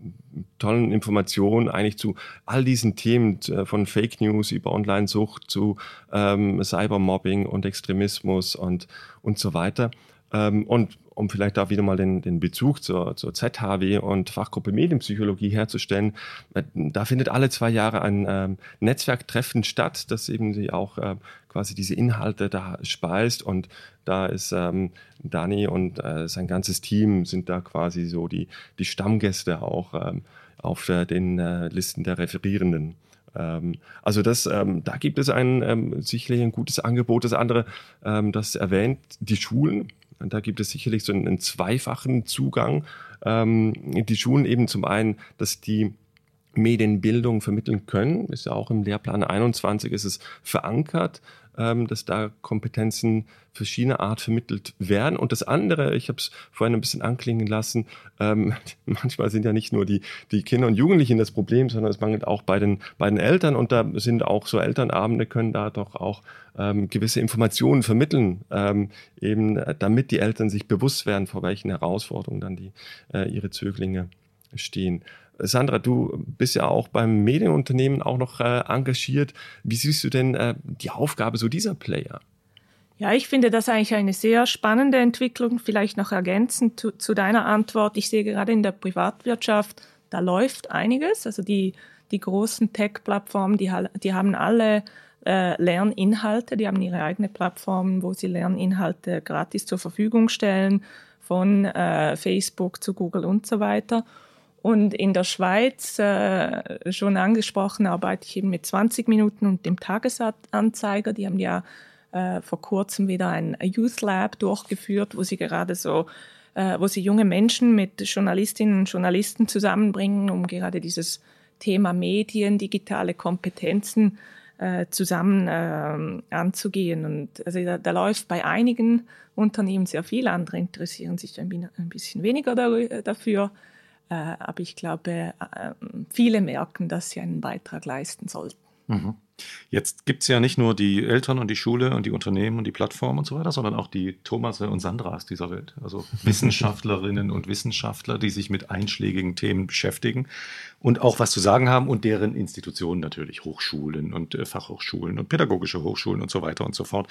[SPEAKER 4] tollen Informationen eigentlich zu all diesen Themen, von Fake News über Online-Sucht zu ähm, Cybermobbing und Extremismus und, und so weiter. Ähm, und um vielleicht da wieder mal den, den Bezug zur, zur Z H W und Fachgruppe Medienpsychologie herzustellen, äh, da findet alle zwei Jahre ein ähm, Netzwerktreffen statt, das eben sie auch äh, quasi diese Inhalte da speist, und da ist ähm, Dani und äh, sein ganzes Team sind da quasi so die, die Stammgäste auch ähm, auf äh, den äh, Listen der Referierenden. Ähm, also das, ähm, da gibt es ein ähm, sicherlich ein gutes Angebot. Das andere, ähm, das erwähnt, die Schulen. Und da gibt es sicherlich so einen, einen zweifachen Zugang. Ähm, die Schulen eben zum einen, dass die Medienbildung vermitteln können, ist ja auch im Lehrplan einundzwanzig ist es verankert, ähm, dass da Kompetenzen verschiedener Art vermittelt werden. Und das andere, ich habe es vorhin ein bisschen anklingen lassen, ähm, manchmal sind ja nicht nur die, die Kinder und Jugendlichen das Problem, sondern es mangelt auch bei den, bei den Eltern, und da sind auch so Elternabende, können da doch auch ähm, gewisse Informationen vermitteln, ähm, eben äh, damit die Eltern sich bewusst werden, vor welchen Herausforderungen dann die, äh, ihre Zöglinge stehen. Sandra, du bist ja auch beim Medienunternehmen auch noch äh, engagiert. Wie siehst du denn äh, die Aufgabe so dieser Player?
[SPEAKER 3] Ja, ich finde das eigentlich eine sehr spannende Entwicklung. Vielleicht noch ergänzend zu, zu deiner Antwort. Ich sehe gerade in der Privatwirtschaft, da läuft einiges. Also die, die großen Tech-Plattformen, die, die haben alle äh, Lerninhalte, die haben ihre eigene Plattform, wo sie Lerninhalte gratis zur Verfügung stellen, von äh, Facebook zu Google und so weiter. Und in der Schweiz, äh, schon angesprochen, arbeite ich eben mit zwanzig Minuten und dem Tagesanzeiger. Die haben ja äh, vor kurzem wieder ein Youth Lab durchgeführt, wo sie gerade so, äh, wo sie junge Menschen mit Journalistinnen und Journalisten zusammenbringen, um gerade dieses Thema Medien, digitale Kompetenzen äh, zusammen äh, anzugehen. Und also da, da läuft bei einigen Unternehmen sehr viel, andere interessieren sich ein, ein bisschen weniger da, dafür. Äh, aber ich glaube, äh, viele merken, dass sie einen Beitrag leisten sollten.
[SPEAKER 1] Mhm. Jetzt gibt es ja nicht nur die Eltern und die Schule und die Unternehmen und die Plattformen und so weiter, sondern auch die Thomase und Sandras dieser Welt. Also Wissenschaftlerinnen und Wissenschaftler, die sich mit einschlägigen Themen beschäftigen und auch was zu sagen haben, und deren Institutionen natürlich, Hochschulen und äh, Fachhochschulen und pädagogische Hochschulen und so weiter und so fort.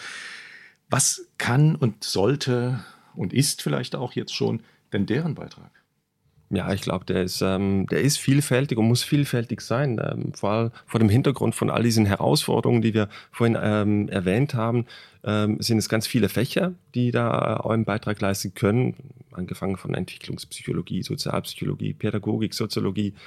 [SPEAKER 1] Was kann und sollte und ist vielleicht auch jetzt schon denn deren Beitrag?
[SPEAKER 4] Ja, ich glaube, der ist, ähm, der ist vielfältig und muss vielfältig sein. Ähm, vor allem vor dem Hintergrund von all diesen Herausforderungen, die wir vorhin ähm, erwähnt haben, ähm, sind es ganz viele Fächer, die da äh, einen Beitrag leisten können. Angefangen von Entwicklungspsychologie, Sozialpsychologie, Pädagogik, Soziologie,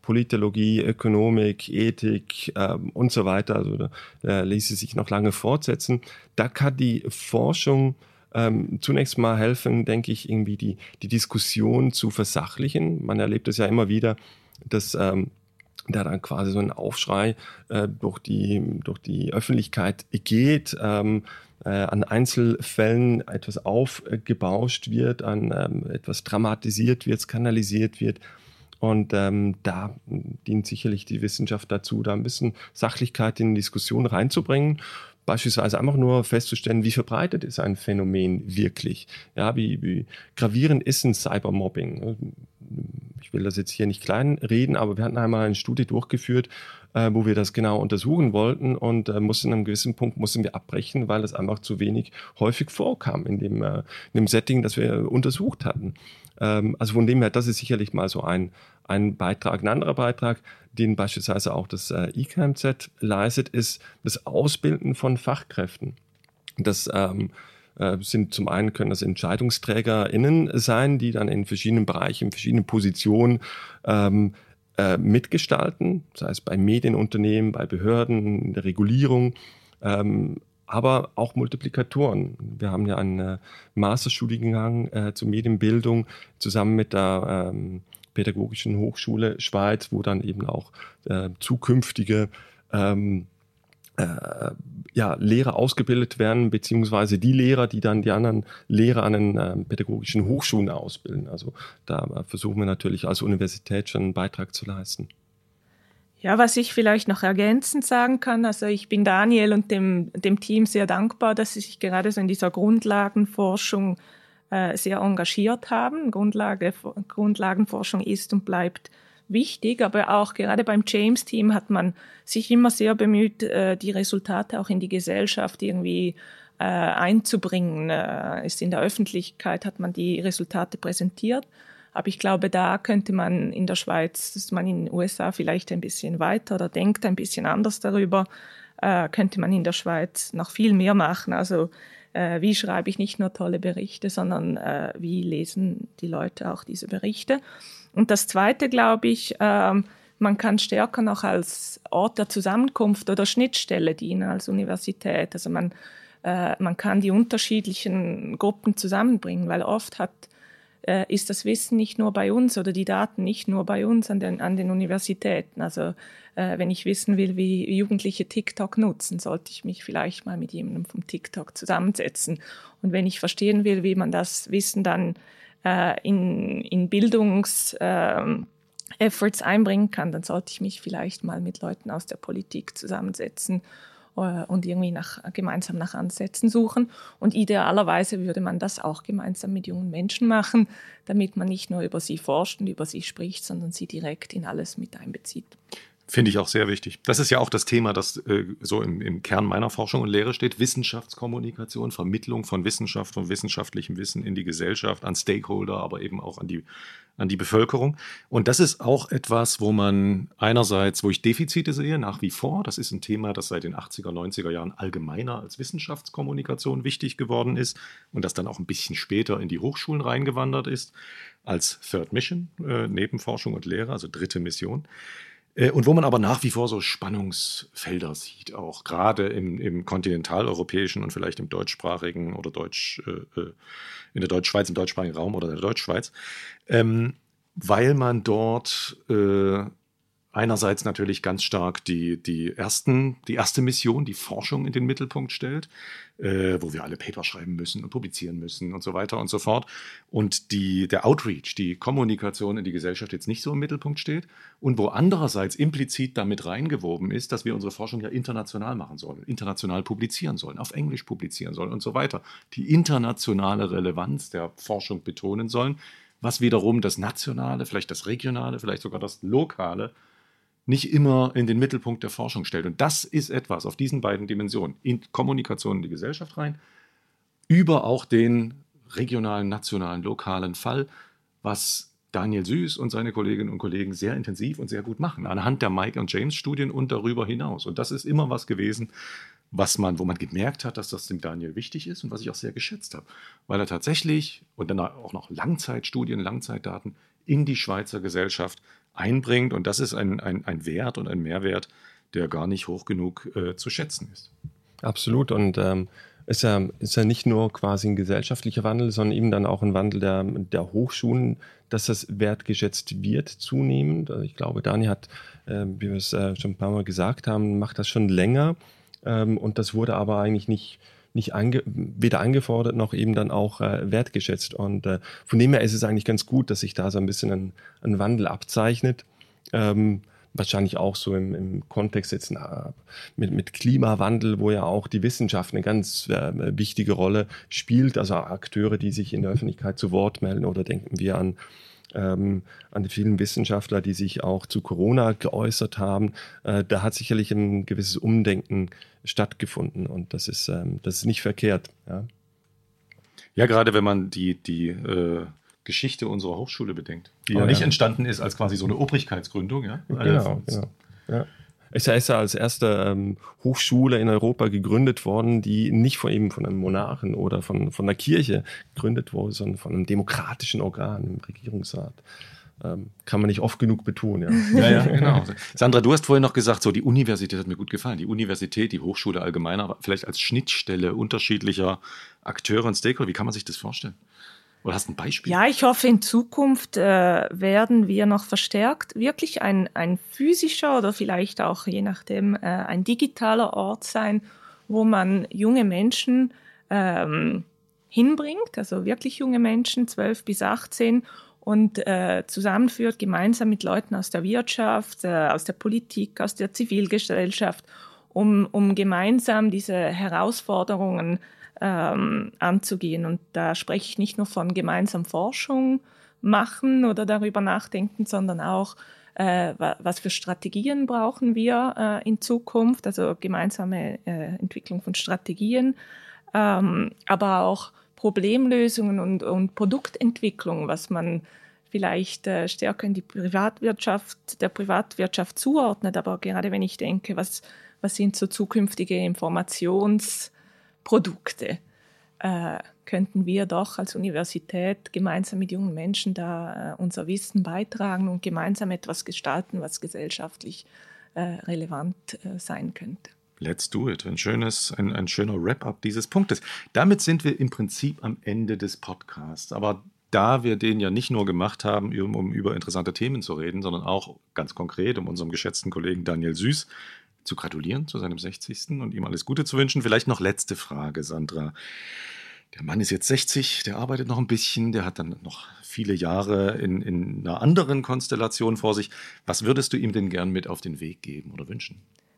[SPEAKER 4] Politologie, Ökonomik, Ethik ähm, und so weiter. Also da, da ließe sich noch lange fortsetzen. Da kann die Forschung ähm, zunächst mal helfen, denke ich, irgendwie die, die Diskussion zu versachlichen. Man erlebt es ja immer wieder, dass ähm, da dann quasi so ein Aufschrei äh, durch die, durch die Öffentlichkeit geht, ähm, äh, an Einzelfällen etwas aufgebauscht wird, an ähm, etwas dramatisiert wird, skandalisiert wird. Und ähm, da dient sicherlich die Wissenschaft dazu, da ein bisschen Sachlichkeit in die Diskussion reinzubringen. Beispielsweise einfach nur festzustellen, wie verbreitet ist ein Phänomen wirklich. Ja, wie, wie gravierend ist ein Cybermobbing? Ich will das jetzt hier nicht klein reden, aber wir hatten einmal eine Studie durchgeführt, äh, wo wir das genau untersuchen wollten und äh, mussten an einem gewissen Punkt mussten wir abbrechen, weil das einfach zu wenig häufig vorkam in dem, äh, in dem Setting, das wir untersucht hatten. Ähm, also von dem her, das ist sicherlich mal so ein, ein Beitrag. Ein anderer Beitrag, den beispielsweise auch das äh, I K M Z leistet, ist das Ausbilden von Fachkräften. Das ähm, äh, sind zum einen können das EntscheidungsträgerInnen sein, die dann in verschiedenen Bereichen, in verschiedenen Positionen ähm, äh, mitgestalten, sei es bei Medienunternehmen, bei Behörden, in der Regulierung, ähm, aber auch Multiplikatoren. Wir haben ja einen äh, Masterstudiengang äh, zur Medienbildung zusammen mit der ähm, Pädagogischen Hochschule Schweiz, wo dann eben auch äh, zukünftige ähm, äh, ja, Lehrer ausgebildet werden, beziehungsweise die Lehrer, die dann die anderen Lehrer an den äh, pädagogischen Hochschulen ausbilden. Also da äh, versuchen wir natürlich als Universität schon einen Beitrag zu leisten.
[SPEAKER 3] Ja, was ich vielleicht noch ergänzend sagen kann, also ich bin Daniel und dem, dem Team sehr dankbar, dass sie sich gerade so in dieser Grundlagenforschung äh, sehr engagiert haben. Grundlage, Grundlagenforschung ist und bleibt wichtig, aber auch gerade beim James-Team hat man sich immer sehr bemüht, äh, die Resultate auch in die Gesellschaft irgendwie äh, einzubringen. Äh, ist in der Öffentlichkeit hat man die Resultate präsentiert. Aber ich glaube, da könnte man in der Schweiz, dass man in den U S A vielleicht ein bisschen weiter oder denkt ein bisschen anders darüber, äh, könnte man in der Schweiz noch viel mehr machen. Also äh, wie schreibe ich nicht nur tolle Berichte, sondern äh, wie lesen die Leute auch diese Berichte. Und das Zweite, glaube ich, äh, man kann stärker noch als Ort der Zusammenkunft oder Schnittstelle dienen als Universität. Also man, äh, man kann die unterschiedlichen Gruppen zusammenbringen, weil oft hat ist das Wissen nicht nur bei uns oder die Daten nicht nur bei uns an den, an den Universitäten. Also äh, wenn ich wissen will, wie Jugendliche TikTok nutzen, sollte ich mich vielleicht mal mit jemandem vom TikTok zusammensetzen. Und wenn ich verstehen will, wie man das Wissen dann äh, in, in Bildungs- äh, Efforts einbringen kann, dann sollte ich mich vielleicht mal mit Leuten aus der Politik zusammensetzen und irgendwie nach, gemeinsam nach Ansätzen suchen. Und idealerweise würde man das auch gemeinsam mit jungen Menschen machen, damit man nicht nur über sie forscht und über sie spricht, sondern sie direkt in alles mit einbezieht.
[SPEAKER 1] Finde ich auch sehr wichtig. Das ist ja auch das Thema, das äh, so im, im Kern meiner Forschung und Lehre steht. Wissenschaftskommunikation, Vermittlung von Wissenschaft, von wissenschaftlichem Wissen in die Gesellschaft, an Stakeholder, aber eben auch an die, an die Bevölkerung. Und das ist auch etwas, wo man einerseits, wo ich Defizite sehe, nach wie vor. Das ist ein Thema, das seit den achtziger, neunziger Jahren allgemeiner als Wissenschaftskommunikation wichtig geworden ist und das dann auch ein bisschen später in die Hochschulen reingewandert ist, als Third Mission, äh, neben Forschung und Lehre, also dritte Mission. Und wo man aber nach wie vor so Spannungsfelder sieht, auch gerade im, im kontinentaleuropäischen und vielleicht im deutschsprachigen oder Deutsch, äh, in der Deutschschweiz, im deutschsprachigen Raum oder in der Deutschschweiz, ähm, weil man dort äh, einerseits natürlich ganz stark die, die, ersten, die erste Mission, die Forschung in den Mittelpunkt stellt, äh, wo wir alle Paper schreiben müssen und publizieren müssen und so weiter und so fort. Und die, der Outreach, die Kommunikation in die Gesellschaft jetzt nicht so im Mittelpunkt steht und wo andererseits implizit damit reingewoben ist, dass wir unsere Forschung ja international machen sollen, international publizieren sollen, auf Englisch publizieren sollen und so weiter. Die internationale Relevanz der Forschung betonen sollen, was wiederum das Nationale, vielleicht das Regionale, vielleicht sogar das Lokale nicht immer in den Mittelpunkt der Forschung stellt. Und das ist etwas auf diesen beiden Dimensionen, in Kommunikation in die Gesellschaft rein, über auch den regionalen, nationalen, lokalen Fall, was Daniel Süß und seine Kolleginnen und Kollegen sehr intensiv und sehr gut machen, anhand der Mike und James Studien und darüber hinaus. Und das ist immer was gewesen, was man, wo man gemerkt hat, dass das dem Daniel wichtig ist und was ich auch sehr geschätzt habe, weil er tatsächlich, und dann auch noch Langzeitstudien, Langzeitdaten, in die Schweizer Gesellschaft einbringt. Und das ist ein, ein, ein Wert und ein Mehrwert, der gar nicht hoch genug äh, zu schätzen ist.
[SPEAKER 4] Absolut. Und ähm, ist ja, ist ja nicht nur quasi ein gesellschaftlicher Wandel, sondern eben dann auch ein Wandel der, der Hochschulen, dass das wertgeschätzt wird zunehmend. Also ich glaube, Dani hat, äh, wie wir es äh, schon ein paar Mal gesagt haben, macht das schon länger. Ähm, und das wurde aber eigentlich nicht, nicht ange, weder angefordert noch eben dann auch äh, wertgeschätzt. Und äh, von dem her ist es eigentlich ganz gut, dass sich da so ein bisschen ein, ein Wandel abzeichnet. Ähm, Wahrscheinlich auch so im, im Kontext jetzt na, mit, mit Klimawandel, wo ja auch die Wissenschaft eine ganz äh, wichtige Rolle spielt, also Akteure, die sich in der Öffentlichkeit zu Wort melden, oder denken wir an, ähm, an die vielen Wissenschaftler, die sich auch zu Corona geäußert haben. Äh, da hat sicherlich ein gewisses Umdenken stattgefunden, und das ist, ähm, das ist nicht verkehrt. Ja,
[SPEAKER 1] ja, gerade wenn man die, die äh Geschichte unserer Hochschule bedenkt, die oh, ja nicht ja. entstanden ist als quasi so eine Obrigkeitsgründung. Ja?
[SPEAKER 4] Genau, genau. Ja. Es ist ja als erste ähm, Hochschule in Europa gegründet worden, die nicht von eben von einem Monarchen oder von, von der Kirche gegründet wurde, sondern von einem demokratischen Organ im Regierungsrat. Ähm, kann man nicht oft genug betonen.
[SPEAKER 1] Ja. Ja, ja, genau. Sandra, du hast vorhin noch gesagt, so die Universität hat mir gut gefallen. Die Universität, die Hochschule allgemein, aber vielleicht als Schnittstelle unterschiedlicher Akteure und Stakeholder. Wie kann man sich das vorstellen? Oder hast du ein Beispiel?
[SPEAKER 3] Ja, ich hoffe, in Zukunft äh, werden wir noch verstärkt wirklich ein, ein physischer oder vielleicht auch je nachdem äh, ein digitaler Ort sein, wo man junge Menschen ähm, hinbringt, also wirklich junge Menschen, zwölf bis achtzehn, und äh, zusammenführt, gemeinsam mit Leuten aus der Wirtschaft, äh, aus der Politik, aus der Zivilgesellschaft, um, um gemeinsam diese Herausforderungen Ähm, anzugehen. Und da spreche ich nicht nur von gemeinsam Forschung machen oder darüber nachdenken, sondern auch, äh, was für Strategien brauchen wir äh, in Zukunft, also gemeinsame äh, Entwicklung von Strategien, ähm, aber auch Problemlösungen und, und Produktentwicklung, was man vielleicht äh, stärker in die Privatwirtschaft, der Privatwirtschaft zuordnet. Aber gerade wenn ich denke, was, was sind so zukünftige Informations- Produkte, äh, könnten wir doch als Universität gemeinsam mit jungen Menschen da äh, unser Wissen beitragen und gemeinsam etwas gestalten, was gesellschaftlich äh, relevant äh, sein könnte.
[SPEAKER 1] Let's do it. Ein schönes, ein, ein schöner Wrap-up dieses Punktes. Damit sind wir im Prinzip am Ende des Podcasts. Aber da wir den ja nicht nur gemacht haben, um, um über interessante Themen zu reden, sondern auch ganz konkret, um unserem geschätzten Kollegen Daniel Süß zu gratulieren zu seinem sechzigsten und ihm alles Gute zu wünschen. Vielleicht noch letzte Frage, Sandra. Der Mann ist jetzt sechzig, der arbeitet noch ein bisschen, der hat dann noch viele Jahre in, in einer anderen Konstellation vor sich. Was würdest du ihm denn gern mit auf den Weg geben oder wünschen?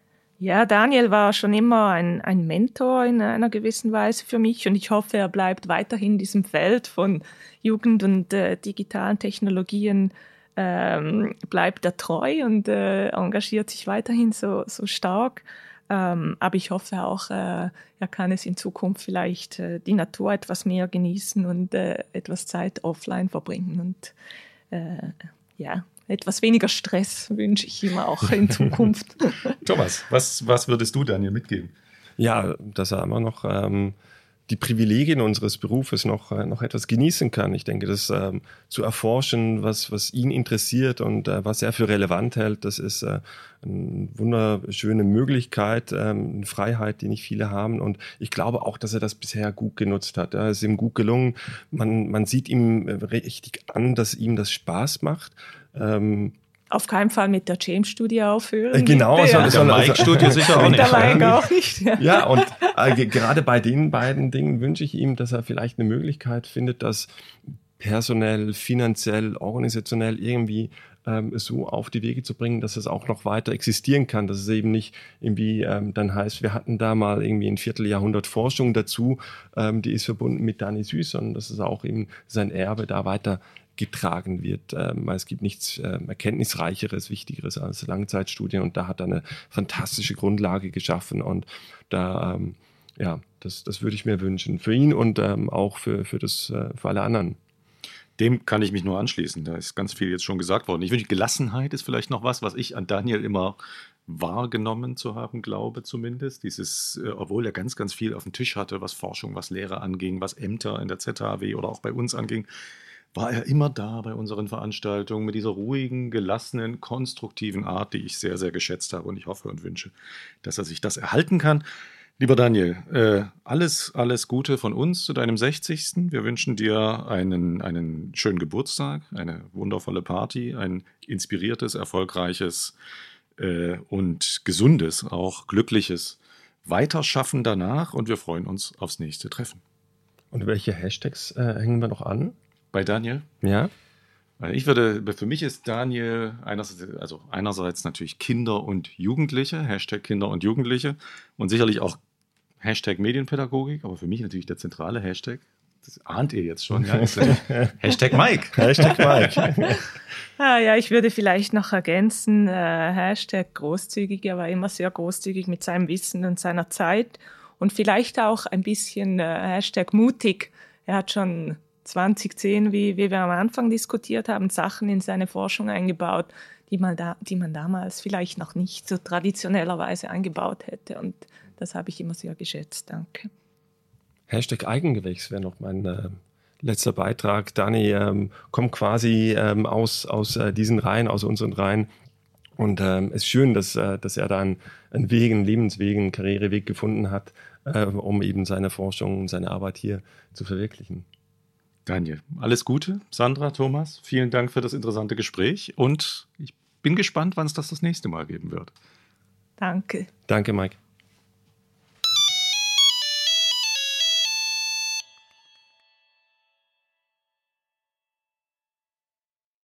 [SPEAKER 3] Ja, Daniel war schon immer ein, ein Mentor in einer gewissen Weise für mich, und ich hoffe, er bleibt weiterhin in diesem Feld von Jugend- und äh, digitalen Technologien Ähm, bleibt er treu und äh, engagiert sich weiterhin so, so stark. Ähm, aber ich hoffe auch, äh, er kann es in Zukunft vielleicht äh, die Natur etwas mehr genießen und äh, etwas Zeit offline verbringen. Und äh, ja, etwas weniger Stress wünsche ich ihm auch in Zukunft.
[SPEAKER 1] Thomas, was, was würdest du Daniel mitgeben?
[SPEAKER 4] Ja, dass er immer noch ähm, die Privilegien unseres Berufes noch, äh, noch etwas genießen kann. Ich denke, das ähm, zu erforschen, was, was ihn interessiert und äh, was er für relevant hält, das ist äh, eine wunderschöne Möglichkeit, ähm, eine Freiheit, die nicht viele haben. Und ich glaube auch, dass er das bisher gut genutzt hat. Ja, es ist ihm gut gelungen. Man, man sieht ihm richtig an, dass ihm das Spaß macht. Ähm,
[SPEAKER 3] Auf keinen Fall mit der James-Studie aufhören.
[SPEAKER 4] Genau,
[SPEAKER 3] mit
[SPEAKER 4] der,
[SPEAKER 1] der Mike-Studie sicher auch nicht.
[SPEAKER 3] Mit der Mike auch nicht. Ja,
[SPEAKER 4] ja, und äh, gerade bei den beiden Dingen wünsche ich ihm, dass er vielleicht eine Möglichkeit findet, das personell, finanziell, organisationell irgendwie ähm, so auf die Wege zu bringen, dass es auch noch weiter existieren kann, dass es eben nicht irgendwie ähm, dann heißt, wir hatten da mal irgendwie ein Vierteljahrhundert Forschung dazu, ähm, die ist verbunden mit Dani Süß, sondern dass es auch eben sein Erbe da weiter getragen wird, ähm, weil es gibt nichts äh, Erkenntnisreicheres, Wichtigeres als Langzeitstudien, und da hat er eine fantastische Grundlage geschaffen, und da, ähm, ja, das, das würde ich mir wünschen. Für ihn und ähm, auch für, für, das, äh, für alle anderen.
[SPEAKER 1] Dem kann ich mich nur anschließen. Da ist ganz viel jetzt schon gesagt worden. Ich wünsche, Gelassenheit ist vielleicht noch was, was ich an Daniel immer wahrgenommen zu haben glaube, zumindest. Dieses, äh, obwohl er ganz, ganz viel auf dem Tisch hatte, was Forschung, was Lehre anging, was Ämter in der Z H W oder auch bei uns anging, war er immer da bei unseren Veranstaltungen mit dieser ruhigen, gelassenen, konstruktiven Art, die ich sehr, sehr geschätzt habe. Und ich hoffe und wünsche, dass er sich das erhalten kann. Lieber Daniel, äh, alles, alles Gute von uns zu deinem sechzigsten Wir wünschen dir einen, einen schönen Geburtstag, eine wundervolle Party, ein inspiriertes, erfolgreiches äh, und gesundes, auch glückliches Weiterschaffen danach. Und wir freuen uns aufs nächste Treffen.
[SPEAKER 4] Und welche Hashtags äh, hängen wir noch an?
[SPEAKER 1] Bei Daniel?
[SPEAKER 4] Ja.
[SPEAKER 1] Ich würde, für mich ist Daniel einerseits, also einerseits natürlich Kinder und Jugendliche, Hashtag Kinder und Jugendliche und sicherlich auch Hashtag Medienpädagogik, aber für mich natürlich der zentrale Hashtag, das ahnt ihr jetzt schon, ja, ist Hashtag Mike.
[SPEAKER 4] Hashtag Mike.
[SPEAKER 3] Ah, ja, ich würde vielleicht noch ergänzen, äh, Hashtag großzügig, er war immer sehr großzügig mit seinem Wissen und seiner Zeit und vielleicht auch ein bisschen äh, Hashtag mutig. Er hat schon zwanzig zehn, wie, wie wir am Anfang diskutiert haben, Sachen in seine Forschung eingebaut, die man, da, die man damals vielleicht noch nicht so traditionellerweise eingebaut hätte. Und das habe ich immer sehr geschätzt. Danke.
[SPEAKER 4] Hashtag Eigengewächs wäre noch mein äh, letzter Beitrag. Dani ähm, kommt quasi ähm, aus, aus äh, diesen Reihen, aus unseren Reihen. Und ähm, es ist schön, dass, äh, dass er da einen, einen Weg, einen Lebensweg, einen Karriereweg gefunden hat, äh, um eben seine Forschung und seine Arbeit hier zu verwirklichen.
[SPEAKER 1] Daniel, alles Gute. Sandra, Thomas, vielen Dank für das interessante Gespräch und ich bin gespannt, wann es das das nächste Mal geben wird.
[SPEAKER 3] Danke.
[SPEAKER 4] Danke, Mike.